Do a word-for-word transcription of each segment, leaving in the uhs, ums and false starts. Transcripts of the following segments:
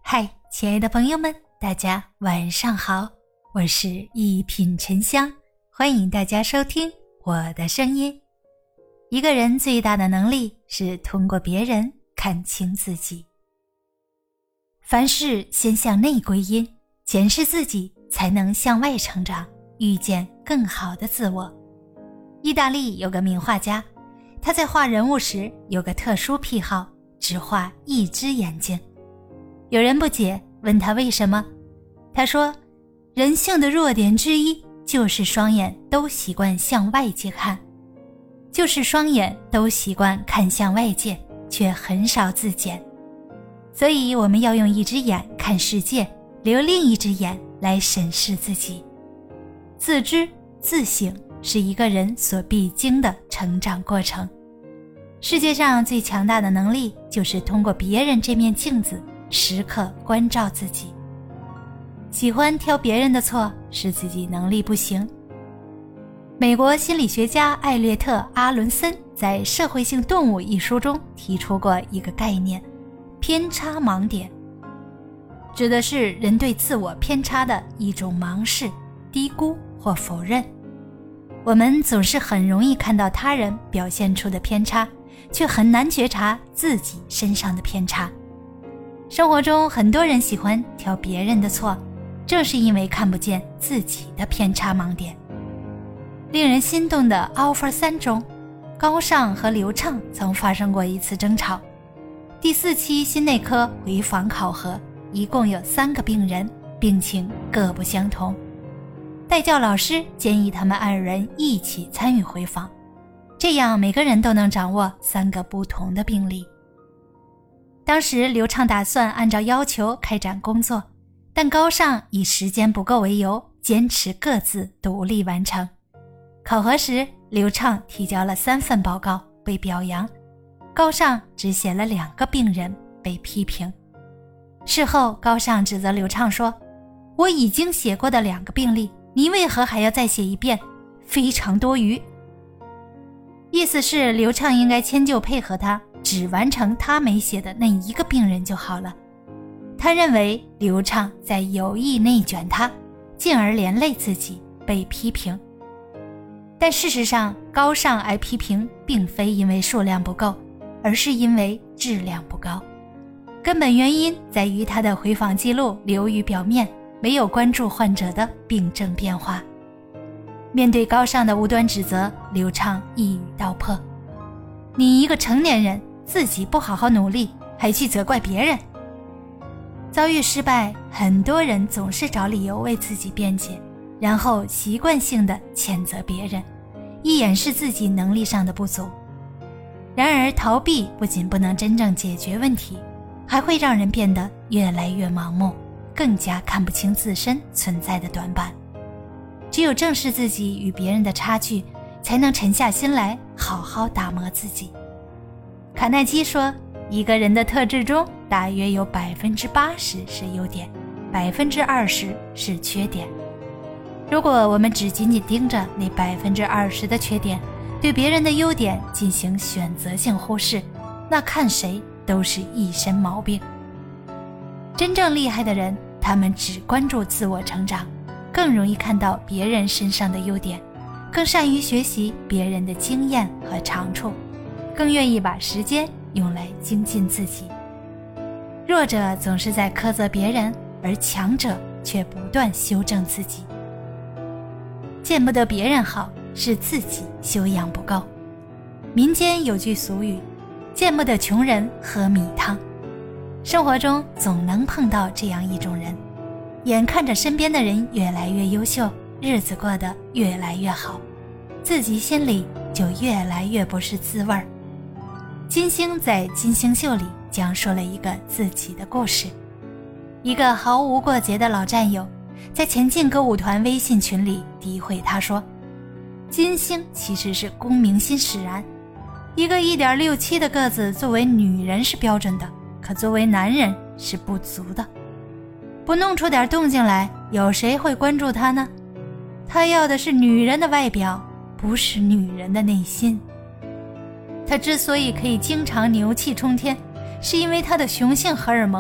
嗨，亲爱的朋友们，大家晚上好，我是一品沉香，欢迎大家收听我的声音。一个人最大的能力是通过别人看清自己。凡事先向内归因，检视自己，才能向外成长，遇见更好的自我。意大利有个名画家，他在画人物时有个特殊癖好，只画一只眼睛。有人不解，问他为什么，他说，人性的弱点之一就是双眼都习惯向外界看，就是双眼都习惯看向外界，却很少自检。所以我们要用一只眼看世界，留另一只眼来审视自己。自知自省是一个人所必经的成长过程。世界上最强大的能力就是通过别人这面镜子时刻关照自己。喜欢挑别人的错，是自己能力不行。美国心理学家艾略特·阿伦森在《社会性动物》一书中提出过一个概念，偏差盲点，指的是人对自我偏差的一种盲视、低估或否认。我们总是很容易看到他人表现出的偏差，却很难觉察自己身上的偏差。生活中很多人喜欢挑别人的错，正是因为看不见自己的偏差盲点。令人心动的 Offer 三中，高尚和刘畅曾发生过一次争吵。第四期心内科回访考核，一共有三个病人，病情各不相同。代教老师建议他们二人一起参与回访，这样每个人都能掌握三个不同的病例。当时刘畅打算按照要求开展工作，但高尚以时间不够为由，坚持各自独立完成。考核时，刘畅提交了三份报告被表扬，高尚只写了两个病人被批评。事后高尚指责刘畅说，我已经写过的两个病例，你为何还要再写一遍？非常多余。意思是刘畅应该迁就配合他，只完成他没写的那一个病人就好了。他认为刘畅在有意内卷他，进而连累自己被批评。但事实上，高尚挨批评并非因为数量不够，而是因为质量不高。根本原因在于他的回访记录流于表面，没有关注患者的病症变化。面对高尚的无端指责，刘畅一语道破，你一个成年人，自己不好好努力，还去责怪别人。遭遇失败，很多人总是找理由为自己辩解，然后习惯性地谴责别人，以掩饰自己能力上的不足。然而逃避不仅不能真正解决问题，还会让人变得越来越盲目，更加看不清自身存在的短板。只有正视自己与别人的差距，才能沉下心来好好打磨自己。卡耐基说，一个人的特质中大约有 百分之八十 是优点， 百分之二十 是缺点。如果我们只仅仅盯着那 百分之二十 的缺点，对别人的优点进行选择性忽视，那看谁都是一身毛病。真正厉害的人，他们只关注自我成长，更容易看到别人身上的优点，更善于学习别人的经验和长处，更愿意把时间用来精进自己。弱者总是在苛责别人，而强者却不断修正自己。见不得别人好，是自己修养不够。民间有句俗语，见不得穷人喝米汤。生活中总能碰到这样一种人，眼看着身边的人越来越优秀，日子过得越来越好，自己心里就越来越不是滋味儿。金星在金星秀里讲述了一个自己的故事。一个毫无过节的老战友在前进歌舞团微信群里诋毁他说，金星其实是功名心使然，一个 一点六七 的个子作为女人是标准的，可作为男人是不足的。不弄出点动静来，有谁会关注他呢？他要的是女人的外表，不是女人的内心。他之所以可以经常牛气冲天，是因为他的雄性荷尔蒙不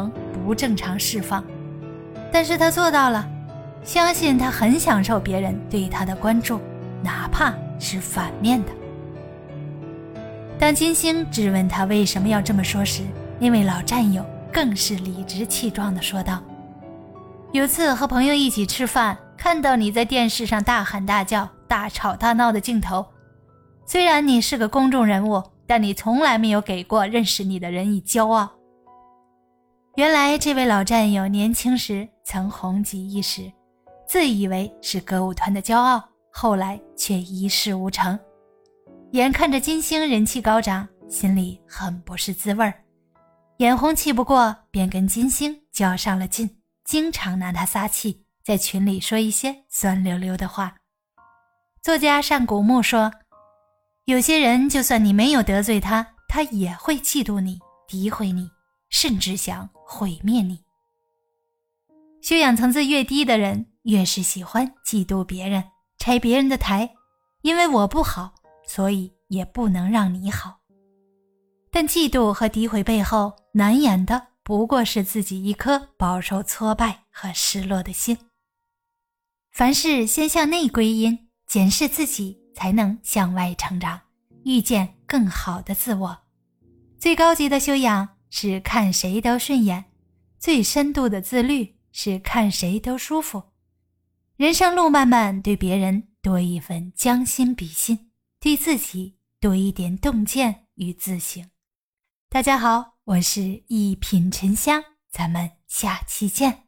不正常释放。但是他做到了，相信他很享受别人对他的关注，哪怕是反面的。当金星质问他为什么要这么说时，那位老战友更是理直气壮地说道：有次和朋友一起吃饭，看到你在电视上大喊大叫、大吵大闹的镜头，虽然你是个公众人物，但你从来没有给过认识你的人以骄傲。原来这位老战友年轻时曾红极一时，自以为是歌舞团的骄傲，后来却一事无成。眼看着金星人气高涨，心里很不是滋味儿，眼红气不过，便跟金星较上了劲，经常拿他撒气，在群里说一些酸溜溜的话。作家单古木说，有些人就算你没有得罪他，他也会嫉妒你、诋毁你，甚至想毁灭你。修养层次越低的人，越是喜欢嫉妒别人，拆别人的台，因为我不好，所以也不能让你好。但嫉妒和诋毁背后，难掩的不过是自己一颗饱受挫败和失落的心。凡事先向内归因，检视自己，才能向外成长，遇见更好的自我。最高级的修养是看谁都顺眼，最深度的自律是看谁都舒服。人生路漫漫，对别人多一份将心比心，对自己多一点洞见与自省。大家好，我是一品沉香，咱们下期见。